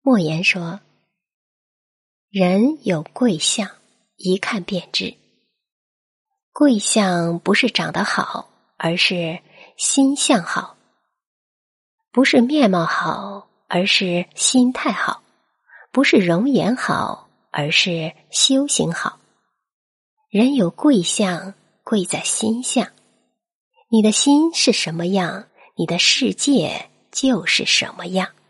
莫言说，人有贵相，一看便知。贵相不是长得好，而是心相好；不是面貌好，而是心态好；不是容颜好，而是修行好。人有贵相，贵在心相。你的心是什么样，你的世界就是什么样。